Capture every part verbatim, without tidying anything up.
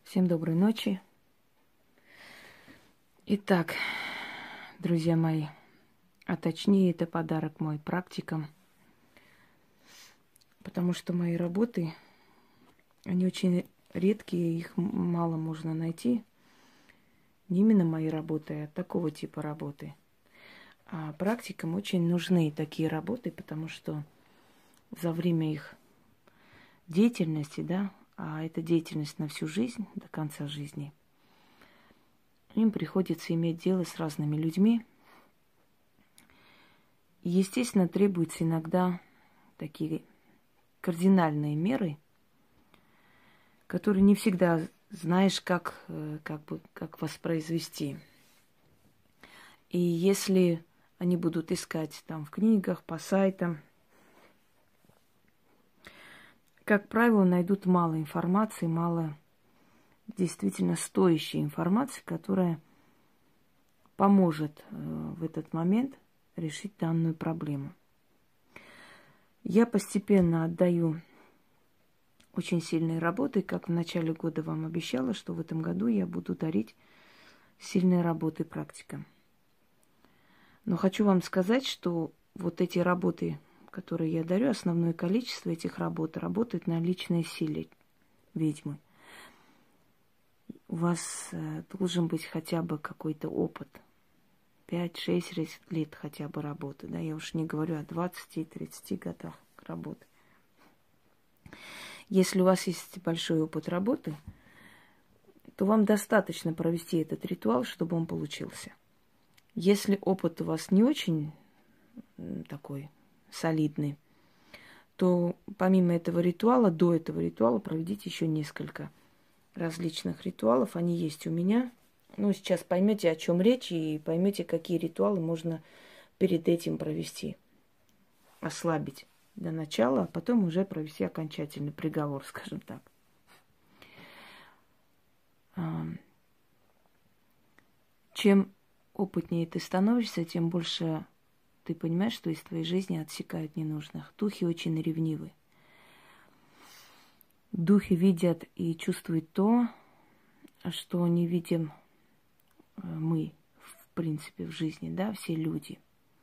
Всем доброй ночи. Итак, друзья мои, а точнее это подарок мой практикам, потому что мои работы, они очень редкие, их мало можно найти. Не именно мои работы, а такого типа работы. А практикам очень нужны такие работы, потому что за время их деятельности, да, а это деятельность на всю жизнь, до конца жизни, им приходится иметь дело с разными людьми. И, естественно, требуются иногда такие кардинальные меры, которые не всегда знаешь, как, э, как бы, как воспроизвести. И если они будут искать там в книгах, по сайтам, как правило, найдут мало информации, мало действительно стоящей информации, которая поможет э, в этот момент решить данную проблему. Я постепенно отдаю очень сильные работы, как в начале года вам обещала, что в этом году я буду дарить сильные работы практикам. Но хочу вам сказать, что вот эти работы, которые я дарю, основное количество этих работ работает на личной силе ведьмы. У вас э, должен быть хотя бы какой-то опыт. пять-шесть лет хотя бы работы. Да? Я уж не говорю о двадцати-тридцати годах работы. Если у вас есть большой опыт работы, то вам достаточно провести этот ритуал, чтобы он получился. Если опыт у вас не очень такой солидный, то помимо этого ритуала, до этого ритуала проведите еще несколько различных ритуалов. Они есть у меня. Ну, сейчас поймете, о чем речь, и поймете, какие ритуалы можно перед этим провести. Ослабить до начала, а потом уже провести окончательный приговор, скажем так. Чем опытнее ты становишься, тем больше ты понимаешь, что из твоей жизни отсекают ненужных. Духи очень ревнивы. Духи видят и чувствуют то, что не видим мы, в принципе, в жизни, да, все люди.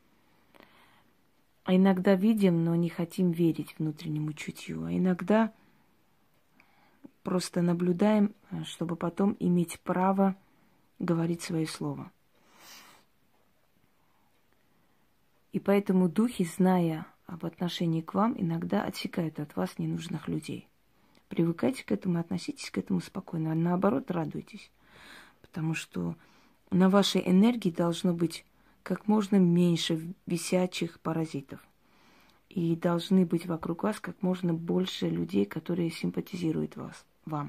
А иногда видим, но не хотим верить внутреннему чутью. А иногда просто наблюдаем, чтобы потом иметь право говорить свое слово. И поэтому духи, зная об отношении к вам, иногда отсекают от вас ненужных людей. Привыкайте к этому, относитесь к этому спокойно. А наоборот, радуйтесь. Потому что на вашей энергии должно быть как можно меньше висячих паразитов. И должны быть вокруг вас как можно больше людей, которые симпатизируют вас, вам.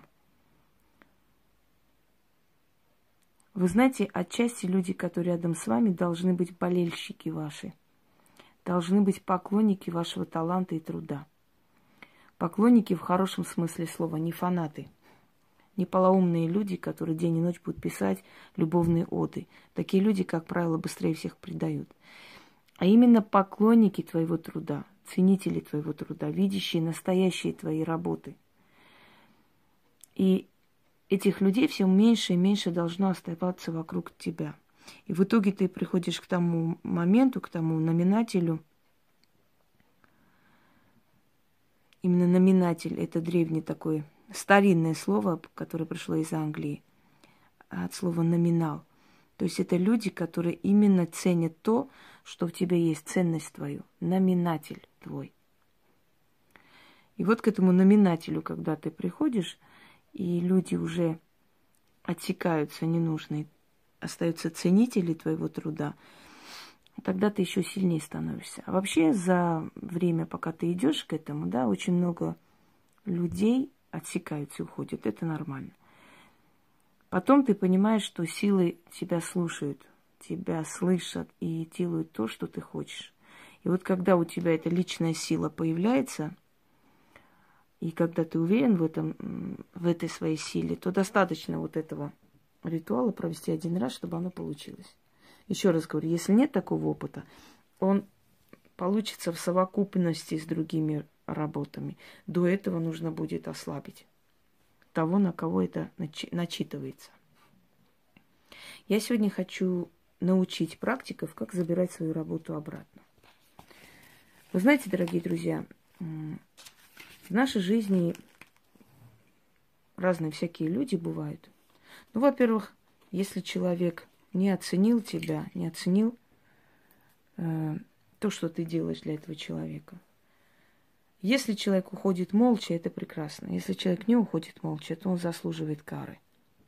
Вы знаете, отчасти люди, которые рядом с вами, должны быть болельщики ваши. Должны быть поклонники вашего таланта и труда. Поклонники в хорошем смысле слова, не фанаты. Не полоумные люди, которые день и ночь будут писать любовные оды. Такие люди, как правило, быстрее всех предают. А именно поклонники твоего труда, ценители твоего труда, видящие настоящие твои работы. И этих людей все меньше и меньше должно оставаться вокруг тебя. И в итоге ты приходишь к тому моменту, к тому номинателю. Именно номинатель – это древнее такое старинное слово, которое пришло из Англии, от слова номинал. То есть это люди, которые именно ценят то, что в тебе есть, ценность твою, номинатель твой. И вот к этому номинателю, когда ты приходишь, и люди уже отсекаются ненужные, остаются ценители твоего труда, тогда ты еще сильнее становишься. А вообще за время, пока ты идешь к этому, да, очень много людей отсекаются и уходят. Это нормально. Потом ты понимаешь, что силы тебя слушают, тебя слышат и делают то, что ты хочешь. И вот когда у тебя эта личная сила появляется, и когда ты уверен в этом, в этой своей силе, то достаточно вот этого ритуала провести один раз, чтобы оно получилось. Еще раз говорю, если нет такого опыта, он получится в совокупности с другими работами. До этого нужно будет ослабить. того, на кого это начи- начитывается. Я сегодня хочу научить практиков, как забирать свою работу обратно. Вы знаете, дорогие друзья, в нашей жизни разные всякие люди бывают. Ну, во-первых, если человек не оценил тебя, не оценил э, то, что ты делаешь для этого человека. Если человек уходит молча, это прекрасно. Если человек не уходит молча, то он заслуживает кары.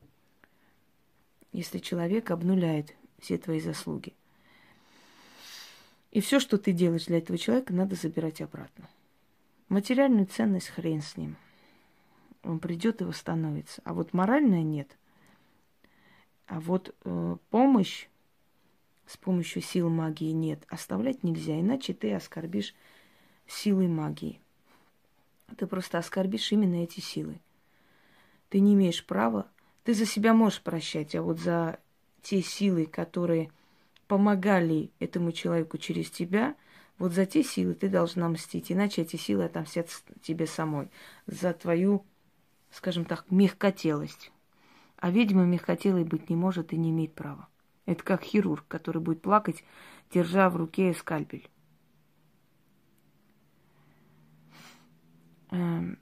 Если человек обнуляет все твои заслуги. И все, что ты делаешь для этого человека, надо забирать обратно. Материальную ценность хрен с ним. Он придет и восстановится. А вот моральная нет. А вот э, помощь с помощью сил магии нет. Оставлять нельзя, иначе ты оскорбишь силой магии. Ты просто оскорбишь именно эти силы. Ты не имеешь права. Ты за себя можешь прощать, а вот за те силы, которые помогали этому человеку через тебя, вот за те силы ты должна мстить. Иначе эти силы отомстят тебе самой. За твою, скажем так, мягкотелость. А ведьма мягкотелой быть не может и не имеет права. Это как хирург, который будет плакать, держа в руке скальпель. Он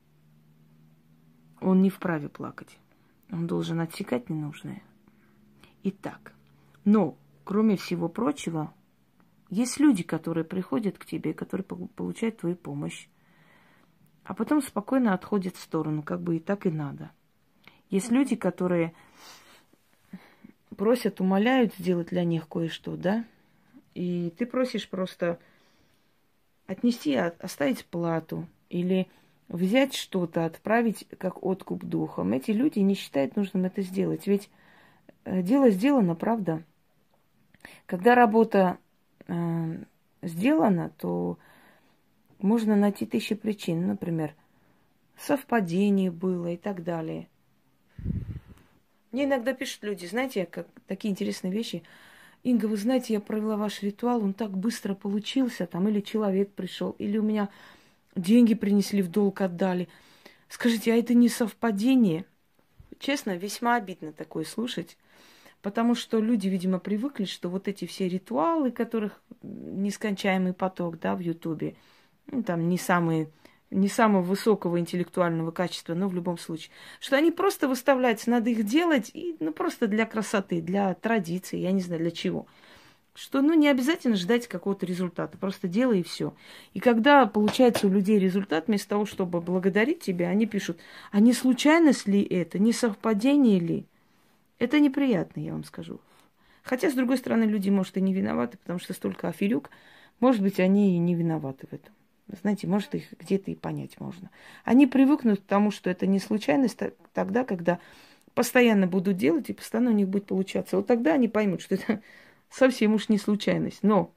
не вправе плакать. Он должен отсекать ненужное. Итак, но, кроме всего прочего, есть люди, которые приходят к тебе, которые получают твою помощь, а потом спокойно отходят в сторону, как бы и так и надо. Есть люди, которые просят, умоляют сделать для них кое-что, да? И ты просишь просто отнести, оставить плату или взять что-то, отправить как откуп духом. Эти люди не считают нужным это сделать. Ведь дело сделано, правда? Когда работа э, сделана, то можно найти тысячи причин. Например, совпадение было и так далее. Мне иногда пишут люди, знаете, как такие интересные вещи. Инга, вы знаете, я провела ваш ритуал, он так быстро получился, там, или человек пришел, или у меня деньги принесли, в долг отдали. Скажите, а это не совпадение? Честно, весьма обидно такое слушать, потому что люди, видимо, привыкли, что вот эти все ритуалы, которых нескончаемый поток, да, в Ютубе, ну, там не самые... не самого высокого интеллектуального качества, но в любом случае, что они просто выставляются, надо их делать, и, ну, просто для красоты, для традиции, я не знаю, для чего. Что, ну, не обязательно ждать какого-то результата, просто делай и все. И когда получается у людей результат, вместо того, чтобы благодарить тебя, они пишут, а не случайность ли это, не совпадение ли? Это неприятно, я вам скажу. Хотя, с другой стороны, люди, может, и не виноваты, потому что столько аферюк, может быть, они и не виноваты в этом. Знаете, может, их где-то и понять можно. Они привыкнут к тому, что это не случайность, тогда, когда постоянно будут делать, и постоянно у них будет получаться. Вот тогда они поймут, что это совсем уж не случайность. Но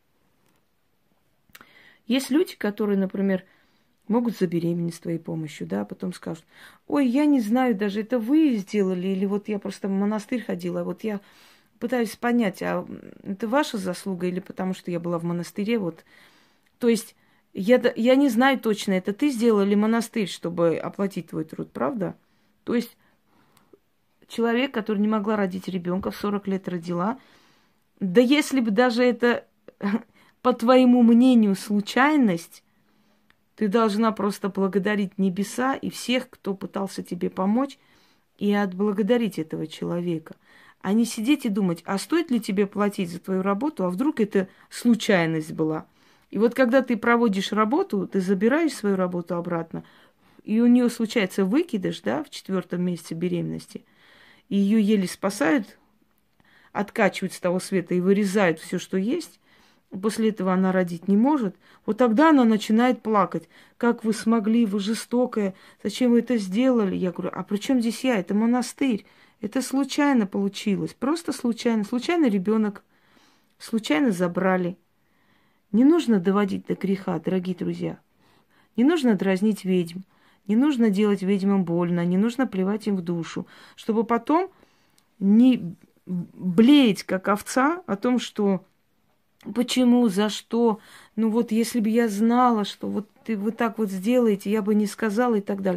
есть люди, которые, например, могут забеременеть с твоей помощью, да, а потом скажут, ой, я не знаю, даже это вы сделали, или вот я просто в монастырь ходила, вот я пытаюсь понять, а это ваша заслуга, или потому что я была в монастыре, вот. То есть Я, я не знаю точно, это ты сделал или монастырь, чтобы оплатить твой труд, правда? То есть человек, который не могла родить ребенка, в сорок лет родила, да если бы даже это, по твоему мнению, случайность, ты должна просто благодарить небеса и всех, кто пытался тебе помочь, и отблагодарить этого человека. А не сидеть и думать, а стоит ли тебе платить за твою работу, а вдруг это случайность была. И вот когда ты проводишь работу, ты забираешь свою работу обратно, и у нее случается выкидыш, да, в четвертом месяце беременности, и ее еле спасают, откачивают с того света и вырезают все, что есть, после этого она родить не может, вот тогда она начинает плакать. Как вы смогли, вы жестокая, зачем вы это сделали? Я говорю, а при чем здесь я? Это монастырь. Это случайно получилось, просто случайно. Случайно ребенок, случайно забрали. Не нужно доводить до греха, дорогие друзья. Не нужно дразнить ведьм, не нужно делать ведьмам больно, не нужно плевать им в душу, чтобы потом не блеять, как овца, о том, что почему, за что, ну вот если бы я знала, что вот ты, вы так вот сделаете, я бы не сказала и так далее.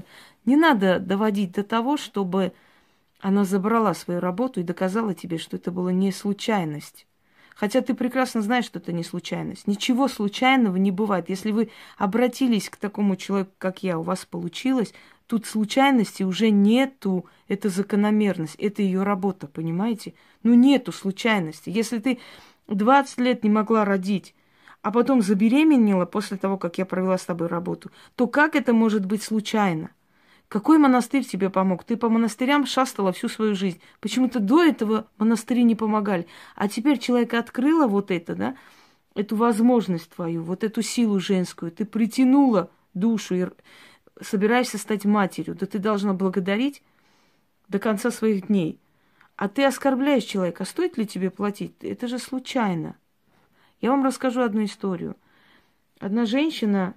Не надо доводить до того, чтобы она забрала свою работу и доказала тебе, что это была не случайность. Хотя ты прекрасно знаешь, что это не случайность. Ничего случайного не бывает. Если вы обратились к такому человеку, как я, у вас получилось, тут случайности уже нету. Это закономерность, это ее работа, понимаете? Ну нету случайности. Если ты двадцать лет не могла родить, а потом забеременела после того, как я провела с тобой работу, то как это может быть случайно? Какой монастырь тебе помог? Ты по монастырям шастала всю свою жизнь. Почему-то до этого монастыри не помогали. А теперь человек открыла вот это, да, эту возможность твою, вот эту силу женскую. Ты притянула душу и собираешься стать матерью. Да ты должна благодарить до конца своих дней. А ты оскорбляешь человека. Стоит ли тебе платить? Это же случайно. Я вам расскажу одну историю. Одна женщина,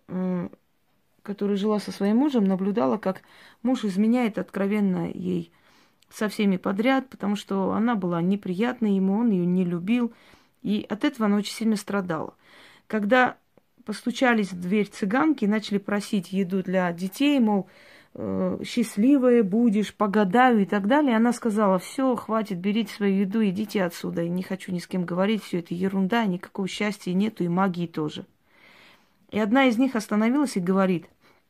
которая жила со своим мужем, наблюдала, как муж изменяет откровенно ей со всеми подряд, потому что она была неприятна ему, он ее не любил, и от этого она очень сильно страдала. Когда постучались в дверь цыганки и начали просить еду для детей, мол, счастливая будешь, погадаю и так далее, она сказала: все, хватит, берите свою еду, идите отсюда, я не хочу ни с кем говорить, все это ерунда, никакого счастья нету, и магии тоже. И одна из них остановилась и говорит: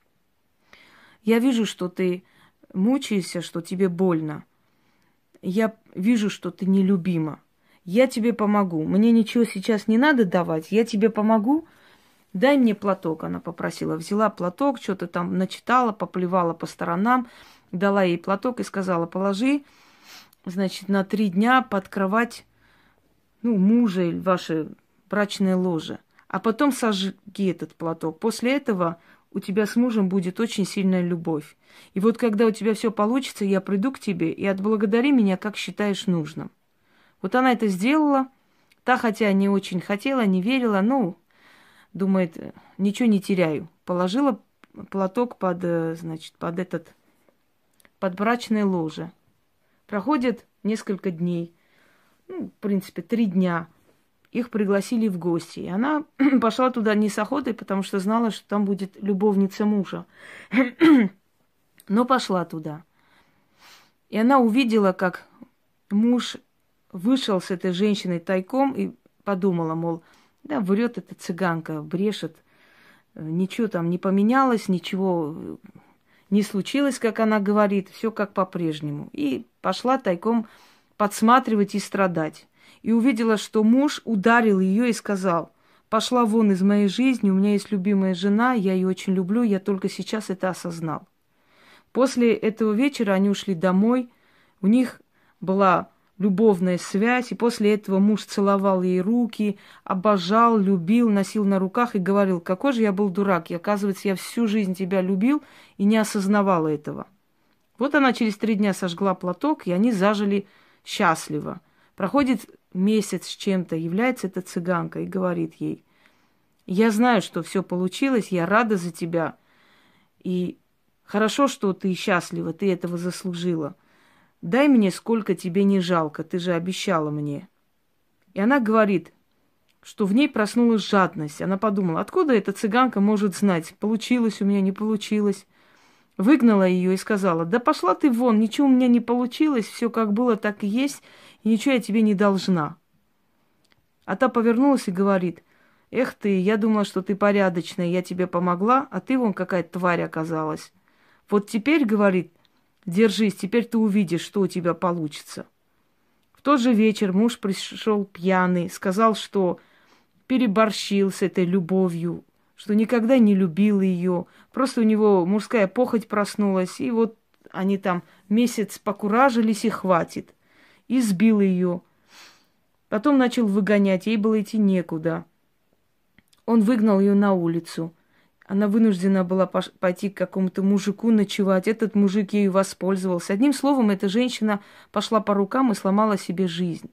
я вижу, что ты мучаешься, что тебе больно. Я вижу, что ты нелюбима. Я тебе помогу. Мне ничего сейчас не надо давать, я тебе помогу. Дай мне платок, она попросила. Взяла платок, что-то там начитала, поплевала по сторонам, дала ей платок и сказала: положи, значит, на три дня под кровать, ну, мужа или ваше брачное ложе. А потом сожги этот платок. После этого у тебя с мужем будет очень сильная любовь. И вот когда у тебя все получится, я приду к тебе и отблагодари меня, как считаешь нужным. Вот она это сделала. Та, хотя не очень хотела, не верила, ну, думает, ничего не теряю. Положила платок под, значит, под этот, под брачное ложе. Проходит несколько дней, ну, в принципе, три дня. Их пригласили в гости. И она пошла туда не с охотой, потому что знала, что там будет любовница мужа. Но пошла туда. И она увидела, как муж вышел с этой женщиной тайком и подумала, мол, да, врет эта цыганка, брешет. Ничего там не поменялось, ничего не случилось, как она говорит. Все как по-прежнему. И пошла тайком подсматривать и страдать. И увидела, что муж ударил ее и сказал: пошла вон из моей жизни, у меня есть любимая жена, я ее очень люблю, я только сейчас это осознал. После этого вечера они ушли домой, у них была любовная связь, и после этого муж целовал ей руки, обожал, любил, носил на руках и говорил: какой же я был дурак, и оказывается, я всю жизнь тебя любил и не осознавала этого. Вот она через три дня сожгла платок, и они зажили счастливо. Проходит месяц с чем-то, является эта цыганка и говорит ей: я знаю, что все получилось, я рада за тебя, и хорошо, что ты счастлива, ты этого заслужила. Дай мне, сколько тебе не жалко, ты же обещала мне. И она говорит, что в ней проснулась жадность. Она подумала, откуда эта цыганка может знать, получилось у меня, не получилось. Выгнала ее и сказала: да пошла ты вон, ничего у меня не получилось, все как было, так и есть, и ничего я тебе не должна. А та повернулась и говорит: эх ты, я думала, что ты порядочная, я тебе помогла, а ты вон какая-то тварь оказалась. Вот теперь, говорит, держись, теперь ты увидишь, что у тебя получится. В тот же вечер муж пришел пьяный, сказал, что переборщил с этой любовью, что никогда не любил ее, просто у него мужская похоть проснулась, и вот они там месяц покуражились, и хватит. И сбил ее. Потом начал выгонять, ей было идти некуда. Он выгнал ее на улицу. Она вынуждена была пойти к какому-то мужику ночевать. Этот мужик ею воспользовался. Одним словом, эта женщина пошла по рукам и сломала себе жизнь.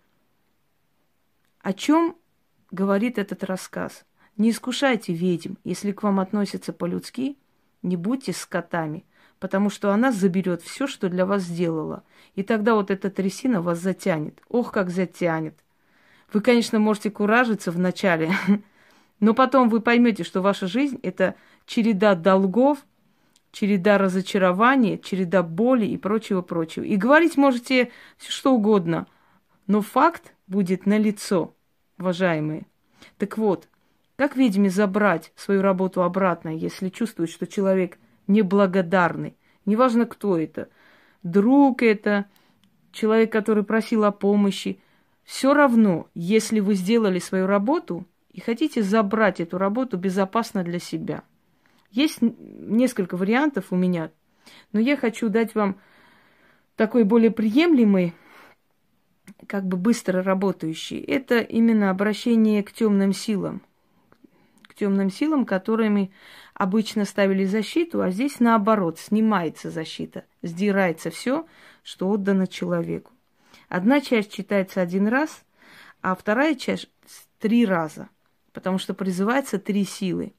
О чем говорит этот рассказ? Не искушайте ведьм. Если к вам относятся по-людски, не будьте скотами, потому что она заберет все, что для вас сделала. И тогда вот эта трясина вас затянет. Ох, как затянет. Вы, конечно, можете куражиться вначале, но потом вы поймете, что ваша жизнь – это череда долгов, череда разочарований, череда боли и прочего-прочего. И говорить можете все что угодно, но факт будет налицо, уважаемые. Так вот, как ведьме забрать свою работу обратно, если чувствует, что человек неблагодарный? Неважно, кто это. Друг это, человек, который просил о помощи. Все равно, если вы сделали свою работу и хотите забрать эту работу безопасно для себя. Есть несколько вариантов у меня, но я хочу дать вам такой более приемлемый, как бы быстро работающий. Это именно обращение к темным силам. К темным силам, которыми обычно ставили защиту, а здесь наоборот, снимается защита, сдирается все, что отдано человеку. Одна часть читается один раз, а вторая часть три раза, потому что призывается три силы.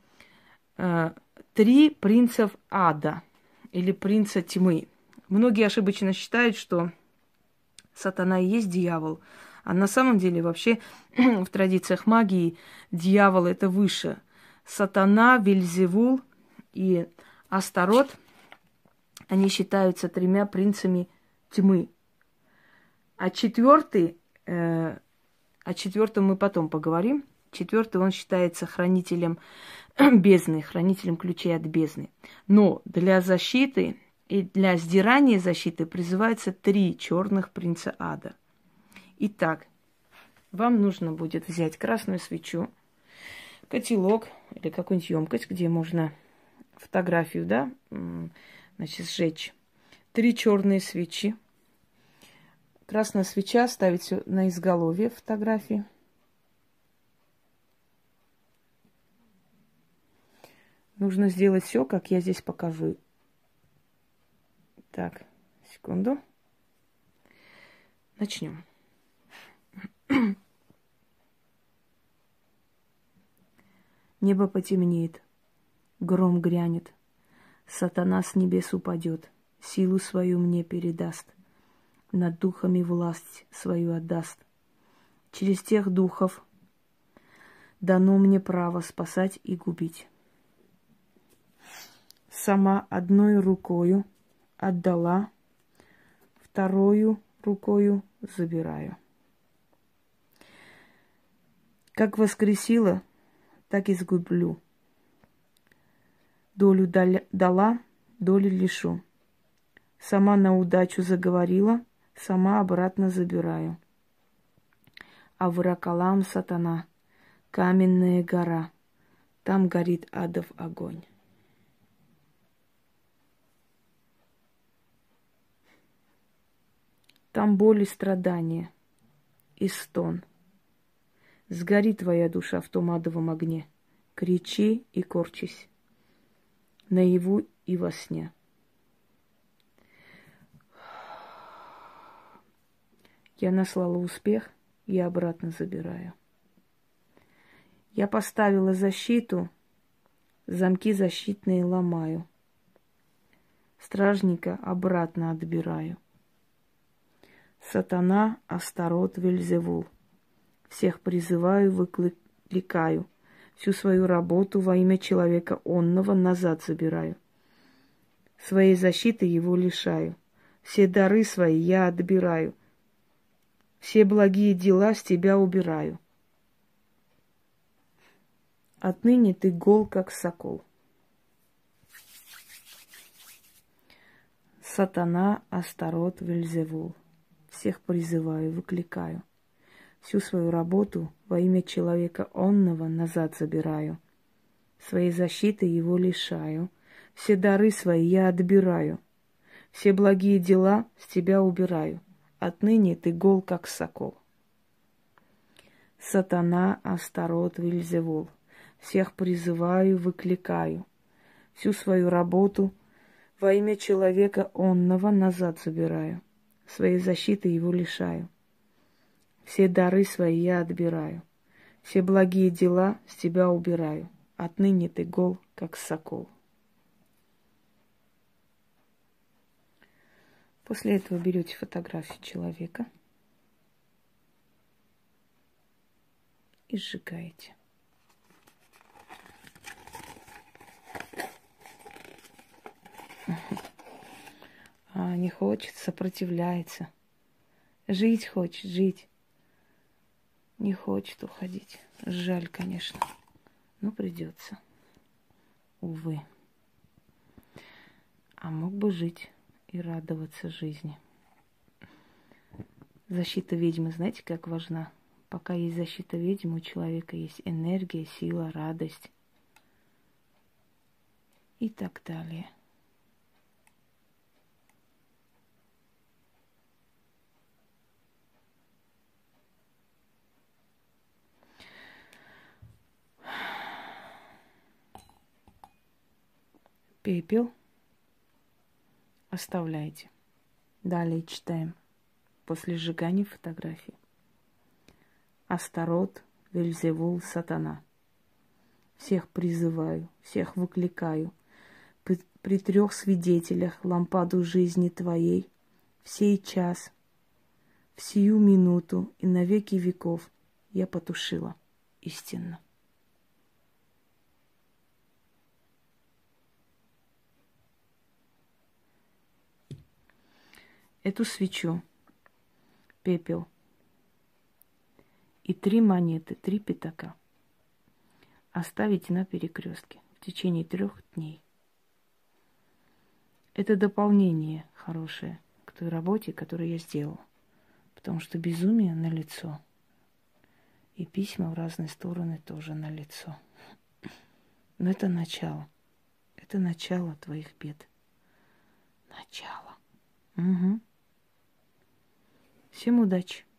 Три принцев ада или принца тьмы. Многие ошибочно считают, что сатана и есть дьявол, а на самом деле вообще в традициях магии дьявол это выше. Сатана, Вельзевул и Астарот, они считаются тремя принцами тьмы. А четвертый, э, о четвертом мы потом поговорим. Четвертый, он считается хранителем бездны, хранителем ключей от бездны. Но для защиты и для сдирания защиты призывается три черных принца ада. Итак, вам нужно будет взять красную свечу, котелок или какую-нибудь емкость, где можно фотографию, да, значит, сжечь. Три черные свечи. Красная свеча ставится на изголовье фотографии. Нужно сделать все, как я здесь покажу. Так, секунду. Начнем. Небо потемнеет, гром грянет, сатана с небес упадет, силу свою мне передаст, над духами власть свою отдаст. Через тех духов дано мне право спасать и губить. Сама одной рукою отдала, вторую рукою забираю. Как воскресила, так и сгублю. Долю дала, долю лишу. Сама на удачу заговорила, сама обратно забираю. А Вракалам сатана, каменная гора, там горит адов огонь. Там боль и страдания, и стон. Сгори твоя душа в том адовом огне, кричи и корчись, наяву и во сне. Я наслала успех, я обратно забираю. Я поставила защиту, замки защитные ломаю. Стражника обратно отбираю. Сатана, Астарот, Вельзевул. Всех призываю, выкликаю. Всю свою работу во имя человека онного назад забираю. Своей защиты его лишаю. Все дары свои я отбираю. Все благие дела с тебя убираю. Отныне ты гол, как сокол. Сатана, Астарот, Вельзевул. Всех призываю, выкликаю. Всю свою работу во имя человека онного назад забираю. Своей защиты его лишаю. Все дары свои я отбираю. Все благие дела с тебя убираю. Отныне ты гол, как сокол. Сатана, Астарот, Вельзевул. Всех призываю, выкликаю. Всю свою работу во имя человека онного назад забираю. Своей защиты его лишаю. Все дары свои я отбираю. Все благие дела с тебя убираю. Отныне ты гол, как сокол. После этого берете фотографию человека и сжигаете. А не хочет, сопротивляется. Жить хочет, жить. Не хочет уходить. Жаль, конечно. Но придется. Увы. А мог бы жить и радоваться жизни. Защита ведьмы, знаете, как важна? Пока есть защита ведьмы, у человека есть энергия, сила, радость и так далее. Пепел оставляйте. Далее читаем. После сжигания фотографий. Астарот, Вельзевул, Сатана. Всех призываю, всех выкликаю. При, при трех свидетелях лампаду жизни твоей в сей час, в сию минуту и на веки веков я потушила истинно. Эту свечу, пепел и три монеты, три пятака оставите на перекрестке в течение трех дней. Это дополнение хорошее к той работе, которую я сделала. Потому что безумие налицо. И письма в разные стороны тоже налицо. Но это начало. Это начало твоих бед. Начало. Угу. Всем удачи.